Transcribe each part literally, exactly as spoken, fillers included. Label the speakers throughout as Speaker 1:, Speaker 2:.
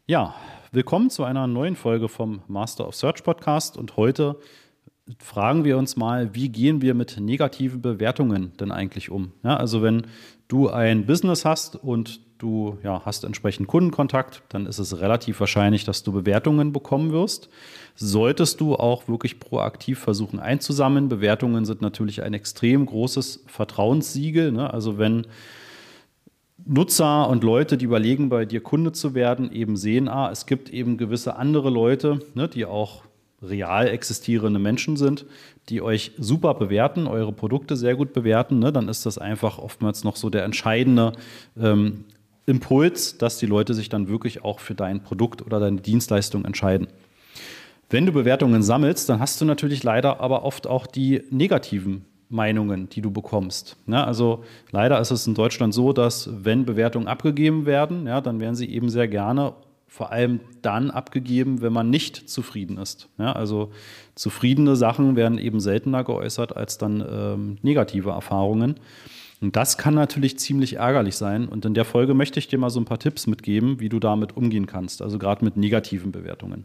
Speaker 1: Ja, willkommen zu einer neuen Folge vom Master of Search Podcast und heute fragen wir uns mal, wie gehen wir mit negativen Bewertungen denn eigentlich um? Ja, also wenn du ein Business hast und du ja, hast entsprechend Kundenkontakt, dann ist es relativ wahrscheinlich, dass du Bewertungen bekommen wirst. Solltest du auch wirklich proaktiv versuchen einzusammeln. Bewertungen sind natürlich ein extrem großes Vertrauenssiegel, ne? Also wenn Nutzer und Leute, die überlegen, bei dir Kunde zu werden, eben sehen, ah, es gibt eben gewisse andere Leute, ne, die auch real existierende Menschen sind, die euch super bewerten, eure Produkte sehr gut bewerten, ne, dann ist das einfach oftmals noch so der entscheidende ähm, Impuls, dass die Leute sich dann wirklich auch für dein Produkt oder deine Dienstleistung entscheiden. Wenn du Bewertungen sammelst, dann hast du natürlich leider aber oft auch die negativen Meinungen, die du bekommst. Ja, also leider ist es in Deutschland so, dass wenn Bewertungen abgegeben werden, ja, dann werden sie eben sehr gerne vor allem dann abgegeben, wenn man nicht zufrieden ist. Ja, also zufriedene Sachen werden eben seltener geäußert als dann ähm, negative Erfahrungen. Und das kann natürlich ziemlich ärgerlich sein. Und in der Folge möchte ich dir mal so ein paar Tipps mitgeben, wie du damit umgehen kannst, also gerade mit negativen Bewertungen.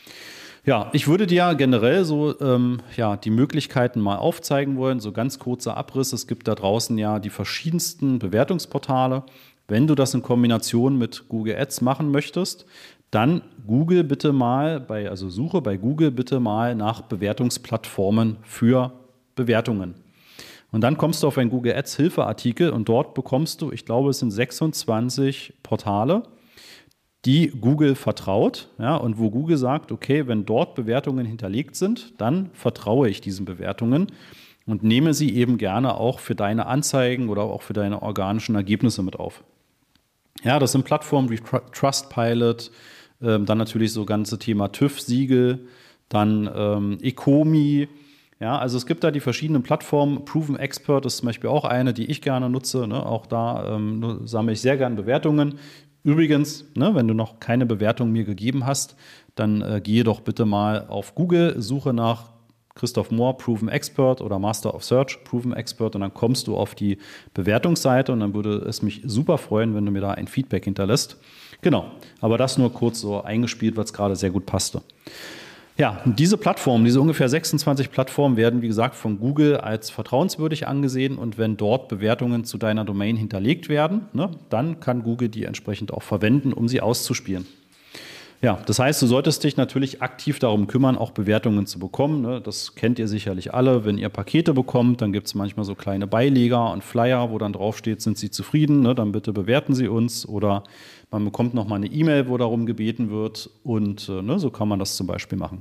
Speaker 1: Ja, ich würde dir generell so ähm, ja, die Möglichkeiten mal aufzeigen wollen, so ganz kurzer Abriss. Es gibt da draußen ja die verschiedensten Bewertungsportale. Wenn du das in Kombination mit Google Ads machen möchtest, dann Google bitte mal, bei, also suche bei Google bitte mal nach Bewertungsplattformen für Bewertungen. Und dann kommst du auf einen Google Ads Hilfeartikel und dort bekommst du, ich glaube, es sind sechsundzwanzig Portale, die Google vertraut, ja, und wo Google sagt, okay, wenn dort Bewertungen hinterlegt sind, dann vertraue ich diesen Bewertungen und nehme sie eben gerne auch für deine Anzeigen oder auch für deine organischen Ergebnisse mit auf. Ja, das sind Plattformen wie Trustpilot, äh, dann natürlich so ganze Thema TÜV-Siegel, dann ähm, Ecomi. Ja, also es gibt da die verschiedenen Plattformen. Proven Expert ist zum Beispiel auch eine, die ich gerne nutze, ne? Auch da ähm, sammle ich sehr gerne Bewertungen. Übrigens, ne, wenn du noch keine Bewertung mir gegeben hast, dann äh, gehe doch bitte mal auf Google, suche nach Christoph Mohr, Proven Expert oder Master of Search, Proven Expert und dann kommst du auf die Bewertungsseite und dann würde es mich super freuen, wenn du mir da ein Feedback hinterlässt. Genau, aber das nur kurz so eingespielt, weil es gerade sehr gut passte. Ja, und diese Plattformen, diese ungefähr sechsundzwanzig Plattformen werden, wie gesagt, von Google als vertrauenswürdig angesehen und wenn dort Bewertungen zu deiner Domain hinterlegt werden, ne, dann kann Google die entsprechend auch verwenden, um sie auszuspielen. Ja, das heißt, du solltest dich natürlich aktiv darum kümmern, auch Bewertungen zu bekommen. Ne? Das kennt ihr sicherlich alle. Wenn ihr Pakete bekommt, dann gibt es manchmal so kleine Beileger und Flyer, wo dann draufsteht, sind Sie zufrieden? Ne? Dann bitte bewerten Sie uns. Oder man bekommt nochmal eine E-Mail, wo darum gebeten wird. Und äh, ne, so kann man das zum Beispiel machen.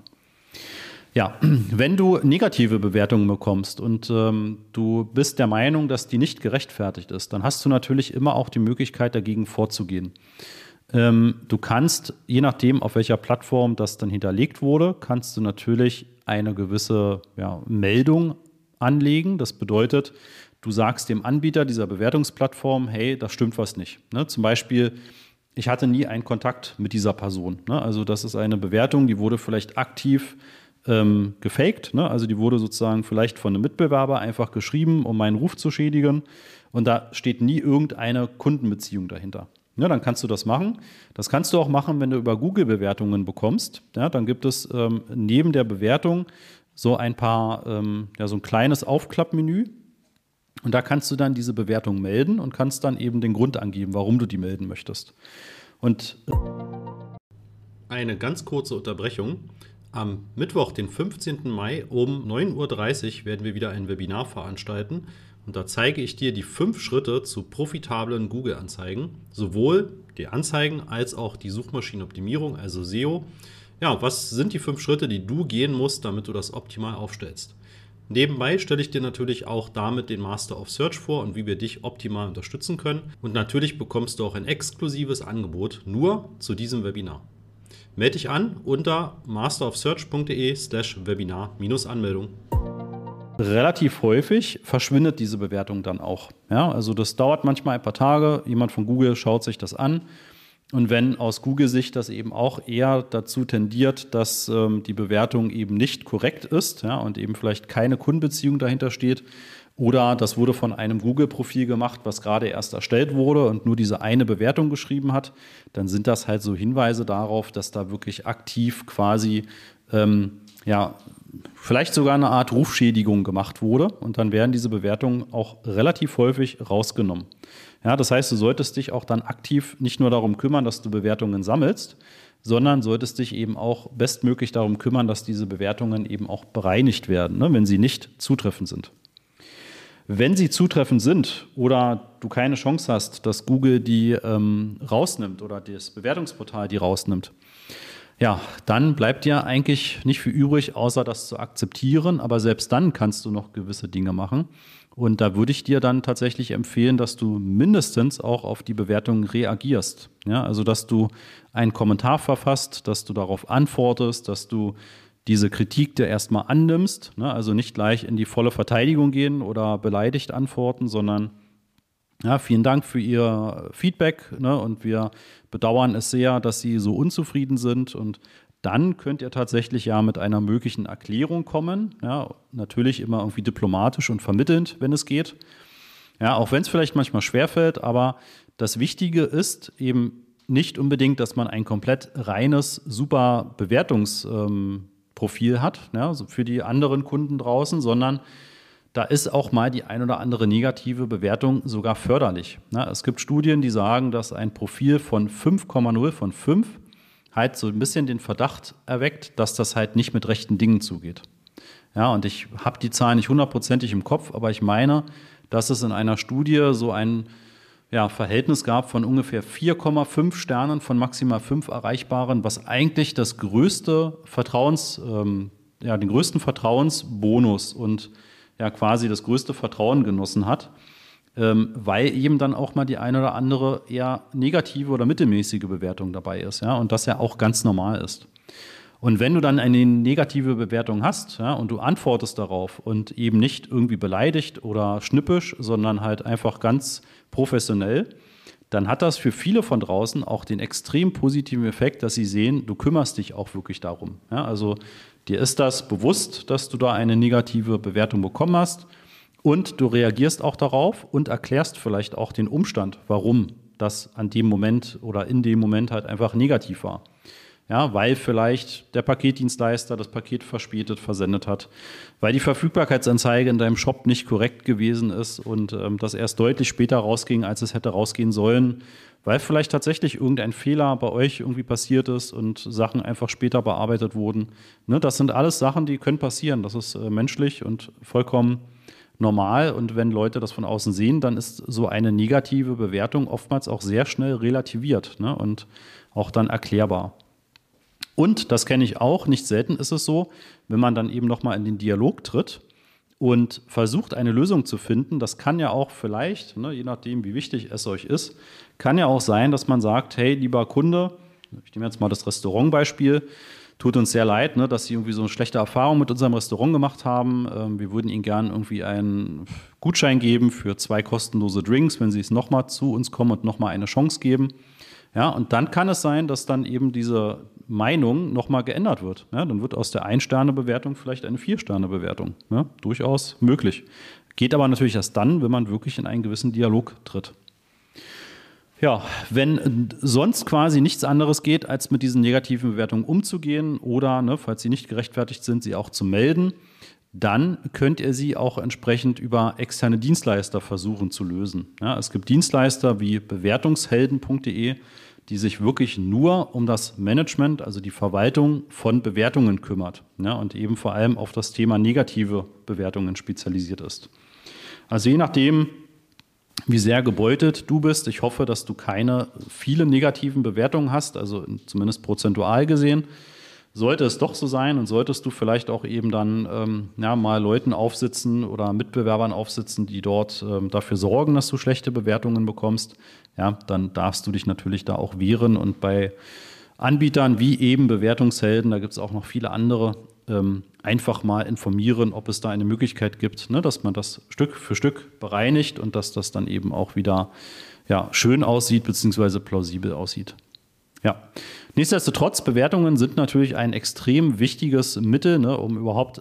Speaker 1: Ja, wenn du negative Bewertungen bekommst und ähm, du bist der Meinung, dass die nicht gerechtfertigt ist, dann hast du natürlich immer auch die Möglichkeit, dagegen vorzugehen. Du kannst, je nachdem, auf welcher Plattform das dann hinterlegt wurde, kannst du natürlich eine gewisse ja, Meldung anlegen. Das bedeutet, du sagst dem Anbieter dieser Bewertungsplattform, hey, da stimmt was nicht. Ne? Zum Beispiel, ich hatte nie einen Kontakt mit dieser Person. Ne? Also das ist eine Bewertung, die wurde vielleicht aktiv ähm, gefaked. Ne? Also die wurde sozusagen vielleicht von einem Mitbewerber einfach geschrieben, um meinen Ruf zu schädigen. Und da steht nie irgendeine Kundenbeziehung dahinter. Ja, dann kannst du das machen. Das kannst du auch machen, wenn du über Google-Bewertungen bekommst. Ja, dann gibt es ähm, neben der Bewertung so ein paar, ähm, ja, so ein kleines Aufklappmenü. Und da kannst du dann diese Bewertung melden und kannst dann eben den Grund angeben, warum du die melden möchtest. Und eine ganz kurze Unterbrechung. Am Mittwoch, den fünfzehnten Mai um neun Uhr dreißig werden wir wieder ein Webinar veranstalten. Und da zeige ich dir die fünf Schritte zu profitablen Google-Anzeigen, sowohl die Anzeigen als auch die Suchmaschinenoptimierung, also S E O. Ja, was sind die fünf Schritte, die du gehen musst, damit du das optimal aufstellst? Nebenbei stelle ich dir natürlich auch damit den Master of Search vor und wie wir dich optimal unterstützen können. Und natürlich bekommst du auch ein exklusives Angebot nur zu diesem Webinar. Melde dich an unter masterofsearch.de slash Webinar-Anmeldung. Relativ häufig verschwindet diese Bewertung dann auch. Ja, also das dauert manchmal ein paar Tage. Jemand von Google schaut sich das an. Und wenn aus Google-Sicht das eben auch eher dazu tendiert, dass ähm, die Bewertung eben nicht korrekt ist, ja, und eben vielleicht keine Kundenbeziehung dahinter steht Oder das wurde von einem Google-Profil gemacht, was gerade erst erstellt wurde und nur diese eine Bewertung geschrieben hat. Dann sind das halt so Hinweise darauf, dass da wirklich aktiv quasi, ähm, ja, vielleicht sogar eine Art Rufschädigung gemacht wurde. Und dann werden diese Bewertungen auch relativ häufig rausgenommen. Ja, das heißt, du solltest dich auch dann aktiv nicht nur darum kümmern, dass du Bewertungen sammelst, sondern solltest dich eben auch bestmöglich darum kümmern, dass diese Bewertungen eben auch bereinigt werden, ne, wenn sie nicht zutreffend sind. Wenn sie zutreffend sind oder du keine Chance hast, dass Google die ähm, rausnimmt oder das Bewertungsportal die rausnimmt, ja, dann bleibt dir eigentlich nicht viel übrig, außer das zu akzeptieren. Aber selbst dann kannst du noch gewisse Dinge machen. Und da würde ich dir dann tatsächlich empfehlen, dass du mindestens auch auf die Bewertungen reagierst. Ja, also, dass du einen Kommentar verfasst, dass du darauf antwortest, dass du diese Kritik dir erstmal annimmst, ne? Also nicht gleich in die volle Verteidigung gehen oder beleidigt antworten, sondern ja, vielen Dank für Ihr Feedback, ne? Und wir bedauern es sehr, dass Sie so unzufrieden sind. Und dann könnt ihr tatsächlich ja mit einer möglichen Erklärung kommen. Ja, natürlich immer irgendwie diplomatisch und vermittelnd, wenn es geht. Ja, auch wenn es vielleicht manchmal schwerfällt, aber das Wichtige ist eben nicht unbedingt, dass man ein komplett reines, super Bewertungs- ähm, Profil hat, ja, also für die anderen Kunden draußen, sondern da ist auch mal die ein oder andere negative Bewertung sogar förderlich. Ja, es gibt Studien, die sagen, dass ein Profil von fünf Komma null von fünf halt so ein bisschen den Verdacht erweckt, dass das halt nicht mit rechten Dingen zugeht. Ja, und ich habe die Zahlen nicht hundertprozentig im Kopf, aber ich meine, dass es in einer Studie so ein ja, Verhältnis gab von ungefähr vier Komma fünf Sternen von maximal fünf erreichbaren, was eigentlich das größte Vertrauens, ähm, ja, den größten Vertrauensbonus und ja quasi das größte Vertrauen genossen hat, ähm, weil eben dann auch mal die eine oder andere eher negative oder mittelmäßige Bewertung dabei ist, ja, und das ja auch ganz normal ist. Und wenn du dann eine negative Bewertung hast, ja, und du antwortest darauf und eben nicht irgendwie beleidigt oder schnippisch, sondern halt einfach ganz professionell, dann hat das für viele von draußen auch den extrem positiven Effekt, dass sie sehen, du kümmerst dich auch wirklich darum. Ja, also dir ist das bewusst, dass du da eine negative Bewertung bekommen hast und du reagierst auch darauf und erklärst vielleicht auch den Umstand, warum das an dem Moment oder in dem Moment halt einfach negativ war. Ja, weil vielleicht der Paketdienstleister das Paket verspätet versendet hat, weil die Verfügbarkeitsanzeige in deinem Shop nicht korrekt gewesen ist und ähm, das erst deutlich später rausging, als es hätte rausgehen sollen, weil vielleicht tatsächlich irgendein Fehler bei euch irgendwie passiert ist und Sachen einfach später bearbeitet wurden. Ne, das sind alles Sachen, die können passieren. Das ist äh, menschlich und vollkommen normal. Und wenn Leute das von außen sehen, dann ist so eine negative Bewertung oftmals auch sehr schnell relativiert, ne, und auch dann erklärbar. Und, das kenne ich auch, nicht selten ist es so, wenn man dann eben nochmal in den Dialog tritt und versucht, eine Lösung zu finden, das kann ja auch vielleicht, ne, je nachdem, wie wichtig es euch ist, kann ja auch sein, dass man sagt, hey, lieber Kunde, ich nehme jetzt mal das Restaurantbeispiel, tut uns sehr leid, ne, dass Sie irgendwie so eine schlechte Erfahrung mit unserem Restaurant gemacht haben. Ähm, wir würden Ihnen gerne irgendwie einen Gutschein geben für zwei kostenlose Drinks, wenn Sie es nochmal zu uns kommen und nochmal eine Chance geben. Ja, und dann kann es sein, dass dann eben diese Meinung nochmal geändert wird. Ja, dann wird aus der Ein-Sterne-Bewertung vielleicht eine Vier-Sterne-Bewertung. Ja, durchaus möglich. Geht aber natürlich erst dann, wenn man wirklich in einen gewissen Dialog tritt. Ja, wenn sonst quasi nichts anderes geht, als mit diesen negativen Bewertungen umzugehen oder, ne, falls sie nicht gerechtfertigt sind, sie auch zu melden, dann könnt ihr sie auch entsprechend über externe Dienstleister versuchen zu lösen. Ja, es gibt Dienstleister wie bewertungshelden punkt de, die sich wirklich nur um das Management, also die Verwaltung von Bewertungen kümmert, ja, und eben vor allem auf das Thema negative Bewertungen spezialisiert ist. Also je nachdem, wie sehr gebeutelt du bist, ich hoffe, dass du keine vielen negativen Bewertungen hast, also zumindest prozentual gesehen. Sollte es doch so sein und solltest du vielleicht auch eben dann ähm, ja, mal Leuten aufsitzen oder Mitbewerbern aufsitzen, die dort ähm, dafür sorgen, dass du schlechte Bewertungen bekommst, ja, dann darfst du dich natürlich da auch wehren. Und bei Anbietern wie eben Bewertungshelden, da gibt es auch noch viele andere, ähm, einfach mal informieren, ob es da eine Möglichkeit gibt, ne, dass man das Stück für Stück bereinigt und dass das dann eben auch wieder ja, schön aussieht bzw. plausibel aussieht. Ja, nichtsdestotrotz, Bewertungen sind natürlich ein extrem wichtiges Mittel, ne, um überhaupt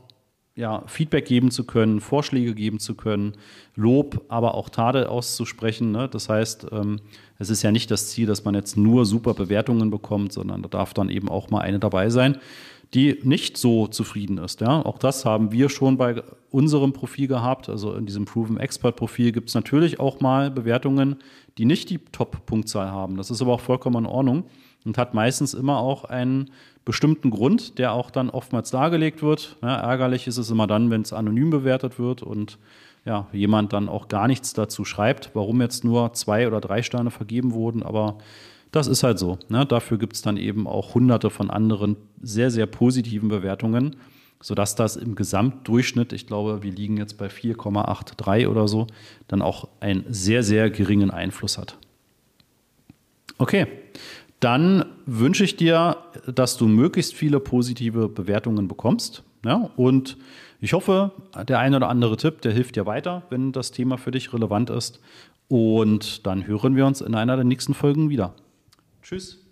Speaker 1: ja, Feedback geben zu können, Vorschläge geben zu können, Lob, aber auch Tadel auszusprechen. Ne? Das heißt, ähm, es ist ja nicht das Ziel, dass man jetzt nur super Bewertungen bekommt, sondern da darf dann eben auch mal eine dabei sein, die nicht so zufrieden ist. Ja? Auch das haben wir schon bei unserem Profil gehabt. Also in diesem Proven Expert Profil gibt es natürlich auch mal Bewertungen, die nicht die Top-Punktzahl haben. Das ist aber auch vollkommen in Ordnung und hat meistens immer auch einen bestimmten Grund, der auch dann oftmals dargelegt wird. Ja, ärgerlich ist es immer dann, wenn es anonym bewertet wird und ja, jemand dann auch gar nichts dazu schreibt, warum jetzt nur zwei oder drei Sterne vergeben wurden. Aber das ist halt so. Ne? Dafür gibt es dann eben auch hunderte von anderen sehr, sehr positiven Bewertungen, sodass das im Gesamtdurchschnitt, ich glaube, wir liegen jetzt bei vier Komma dreiundachtzig oder so, dann auch einen sehr, sehr geringen Einfluss hat. Okay. Dann wünsche ich dir, dass du möglichst viele positive Bewertungen bekommst. Ja? Und ich hoffe, der eine oder andere Tipp, der hilft dir weiter, wenn das Thema für dich relevant ist. Und dann hören wir uns in einer der nächsten Folgen wieder. Tschüss.